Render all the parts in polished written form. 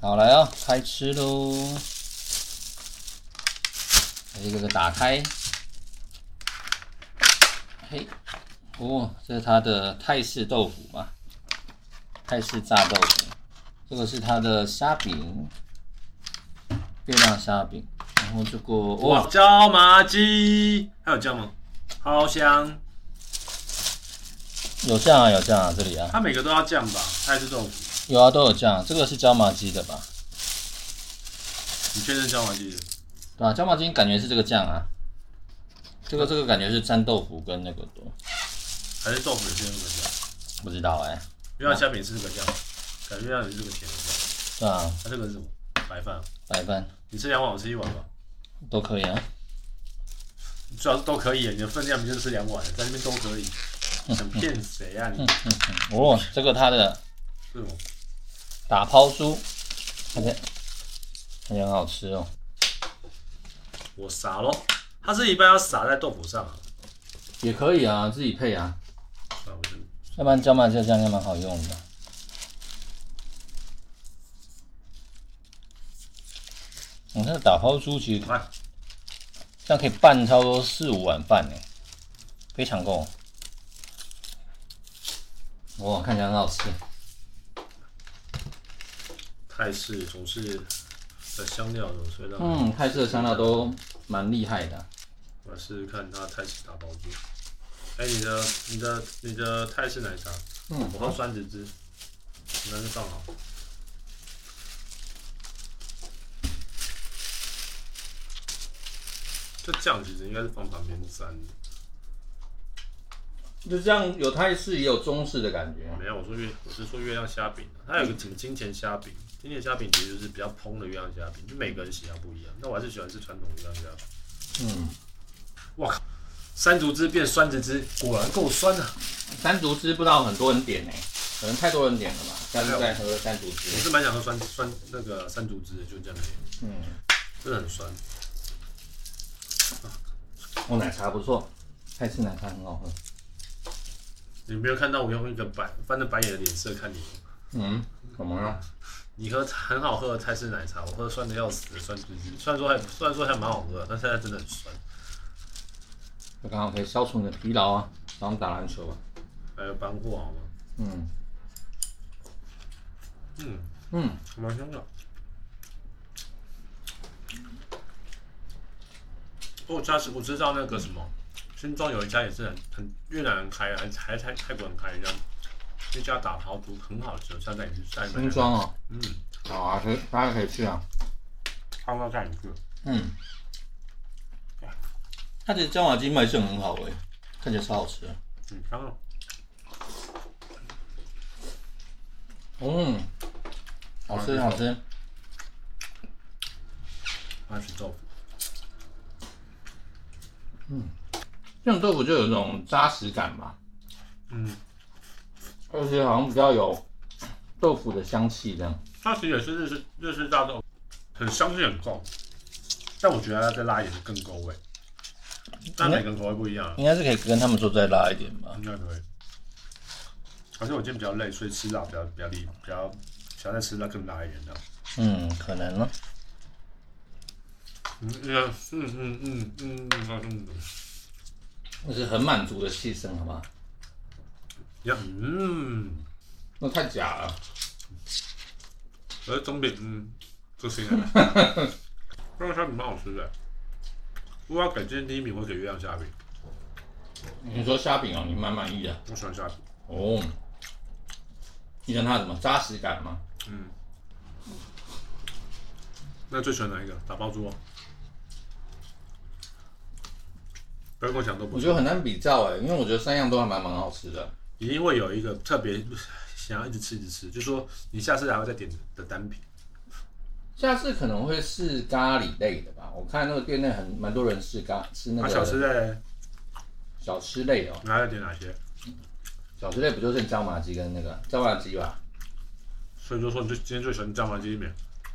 好，来哦，开吃喽！一个打开，嘿，哦，这是它的泰式豆腐嘛，泰式炸豆腐。这个是它的虾饼，月亮虾饼。然后这个哇，椒麻鸡，还有酱吗？好香。 有酱啊，有酱啊，这里啊。 它每个都要酱吧？泰式豆腐。 有啊，都有酱。这个是椒麻鸡的吧？ 你确认椒麻鸡的？ 对啊，椒麻鸡感觉是这个酱啊。这个感觉是沾豆腐跟那个多。 还是豆腐也是那个酱？ 不知道哎、 月亮虾饼是这个酱，感觉月亮也是这个甜的酱。 对啊。 它这个是什么？白饭。 白饭。 你吃2碗，我吃1碗吧。 都可以啊。 最好是都可以，你的分量不就是吃2碗，在那边都可以。想骗谁啊你？ 哦，这个它的是什么？ 打抛猪，看起来很好吃哦。 我撒咯，它是一般要撒在豆腐上啊。 也可以啊，自己配啊。 我觉得要不然椒麻酱应该蛮好用的。你看打抛猪其实这样可以拌差不多4-5碗饭呢，非常够。哇，看起来很好吃。 泰式总是的香料总是让泰式的香料都蛮厉害的。 我来试试看它泰式打包猪。你的泰式奶茶，我放酸子汁，你那就放好。这酱其实应该是放旁边沾的。 就这样，有泰式也有中式的感觉。 没有，我是说月亮虾饼，它有个什么金钱虾饼，金钱虾饼其实就是比较蓬的月亮虾饼，就每个人喜好不一样。那我还是喜欢吃传统月亮虾饼。哇靠，山竹汁变酸子汁，果然够酸啊！ 山竹汁不知道很多人点呢，可能太多人点了吧。下次再喝山竹汁。 我是蛮想喝那个山竹汁的，就这样而已。真的很酸。 奶茶不错，泰式奶茶很好喝。 你没有看到我用一个翻着白眼的脸色看你？ 怎么了？ 你喝很好喝的泰式奶茶，我喝酸的要死的酸汁汁，虽然说还蛮好喝的，但现在真的很酸。 这刚好可以消除你的疲劳啊，早上打篮球啊。 还有搬货好吗？蛮香的。我知道那个什么，新庄有一家也是很越南人开，还泰国人开一家，那家打抛猪很好吃，下次你去下一新庄哦。好啊，大家可以去啊。 他们要带你去。 它的椒麻鸡卖相很好哎，看起来超好吃的。 香哦。 好吃好吃。 我爱吃豆腐。 这种豆腐就有那种扎实感嘛。而且好像比较有豆腐的香气这样。 它其实也是日式大豆腐，很香气很重，但我觉得它再拉一点更够味。但每个人口味不一样， 应该是可以跟他们说再拉一点吧。 应该可以。而且我今天比较累，所以吃辣比较想再吃辣更辣一点的。 可能呢。那是很满足的气声，好吗？那太假了。 而中饼，这行啊。月亮虾饼蛮好吃的。如果要给今天第1名，我会给月亮虾饼。 你说虾饼哦，你蛮满意的。 我喜欢虾饼。 你喜欢它什么扎实感吗？ 那最喜欢哪一个？打包猪哦。不要跟我讲都不。 我觉得很难比较哎，因为我觉得3样都还蛮好吃的。 一定会有一个特别想要一直吃，就是说你下次还会再点的单品。 下次可能会是咖喱类的吧，我看那个店内蛮多人吃那个。 小吃类。 小吃类哦。 你还要点哪些？ 小吃类不就是椒麻鸡跟那个椒麻鸡吧？ 所以就说你今天最喜欢椒麻鸡面。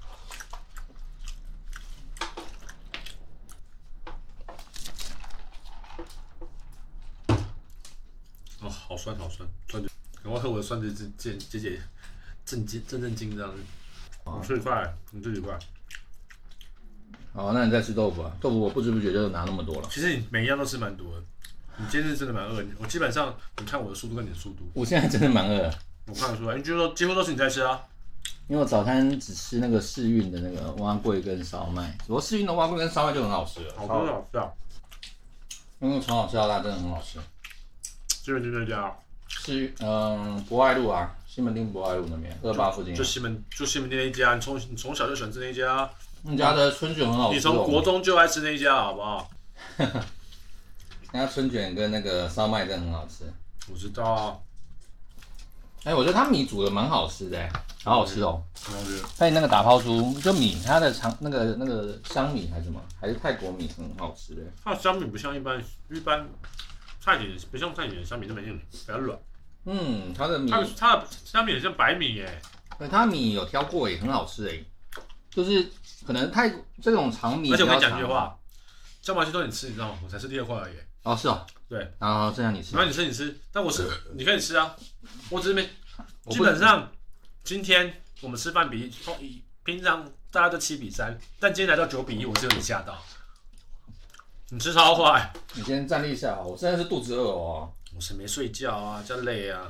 好酸好酸，酸就赶快喝我的酸汁汁，解正经这样子。 我吃一块，你自己块。 好，那你再吃豆腐啊？豆腐我不知不觉就拿那么多了。 其实你每一样都吃蛮多的，你今天是真的蛮饿的。我基本上，你看我的速度跟你的速度， 我现在真的蛮饿的， 我看得出来。你就说几乎都是你在吃啊？ 因为我早餐只吃那个世运的那个蛙桂跟烧麦，不过世运的蛙桂跟烧麦就很好吃了， 好吃好吃啊！ 因为从小吃到大真的很好吃。 这边就那家， 是博爱路啊，西门町博爱路那边28附近。 就西门町那一家，你从小就喜欢吃那一家。 那家的春卷很好吃。 你从国中就爱吃那一家，好不好？ 那家春卷跟那个烧麦真的很好吃。 我知道啊。 哎，我觉得他米煮的蛮好吃的，好好吃哦。配那个打抛猪，就米，它的那个香米还是什么，还是泰国米，很好吃的。 它的香米不像一般菜底，不像菜底的香米那么硬，比较软。 它的米， 它的香米很像白米耶。 对，它米有挑过也很好吃哎，就是可能这种长米。 而且我跟你讲一句话，椒麻鸡都你吃，你知道吗？我才吃第2块而已。 哦，是哦。 对， 然后这样你吃。 然后你吃，但我是你可以吃啊，我只是基本上今天我们吃饭比平常大家都7-3，但今天来到9-1，我只有你吓到。你吃超快。 你先站立一下，我现在是肚子饿哦。 我是没睡觉啊，叫累啊。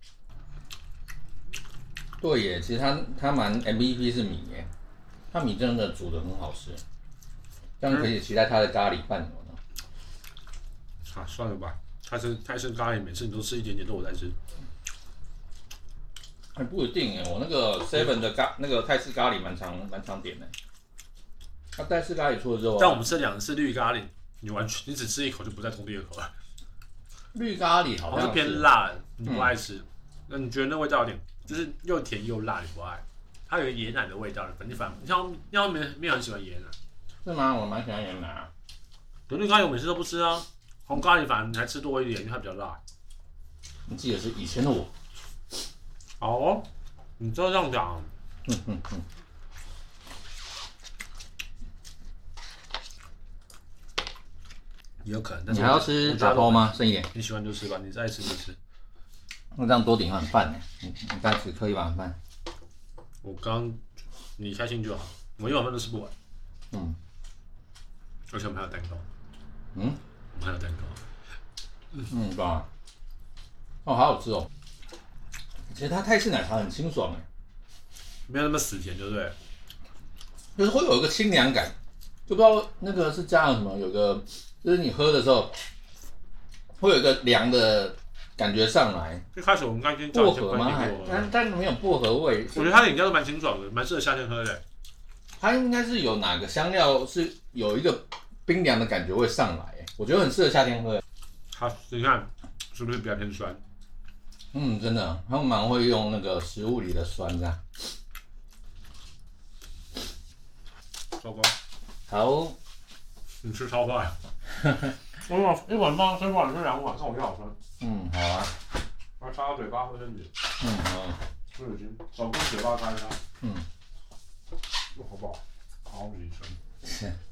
对耶，其实它蛮 MVP 是米耶，它米真的煮的很好吃，这样可以期待它的咖喱饭有呢。 啊，算了吧，泰式咖喱每次你都吃一点点，都我在吃。 还不一定耶，我那个 Seven 的那个泰式咖喱蛮常点的。它泰式咖喱出了之后， 但我们吃2次绿咖喱，你只吃一口就不再冲第2口了。绿咖喱好像是偏辣的，你不爱吃。那你觉得那味道有点，就是又甜又辣，你不爱？它有椰奶的味道，你像没有很喜欢椰奶。 是吗？我蛮喜欢椰奶啊。 绿咖喱我每次都不吃啊，红咖喱反而你还吃多一点，因为它比较辣。 你记得是以前的我。 好哦，你就这样讲。也有可能，但是你还要吃打包吗？剩一点。 你喜欢就吃吧，你再吃就吃。 那这样多点一碗饭呢？你再只喝一碗饭。 你开心就好，我一碗饭都吃不完。而且我们还有蛋糕。我们还有蛋糕。 棒。哦，好好吃哦。其实它泰式奶茶很清爽哎， 没有那么死甜，对不对？ 就是会有一个清凉感，就不知道那个是加了什么，有个就是你喝的时候会有一个凉的感觉上来。 一开始我们刚先薄荷吗？但没有薄荷味。 我觉得它的饮料都蛮清爽的，蛮适合夏天喝的。 它应该是有哪个香料是有一个冰凉的感觉会上来，我觉得很适合夏天喝。 好，你看是不是比较偏酸？ 真的，他们蛮会用那个食物里的酸的。 糟糕。 好， 你吃超快。我一碗饭吃不完，吃2碗，看我就好酸。 好啊。 把它插到嘴巴，卫生纸。 好。 湿纸巾，手跟嘴巴擦一擦。 好不好？好几层。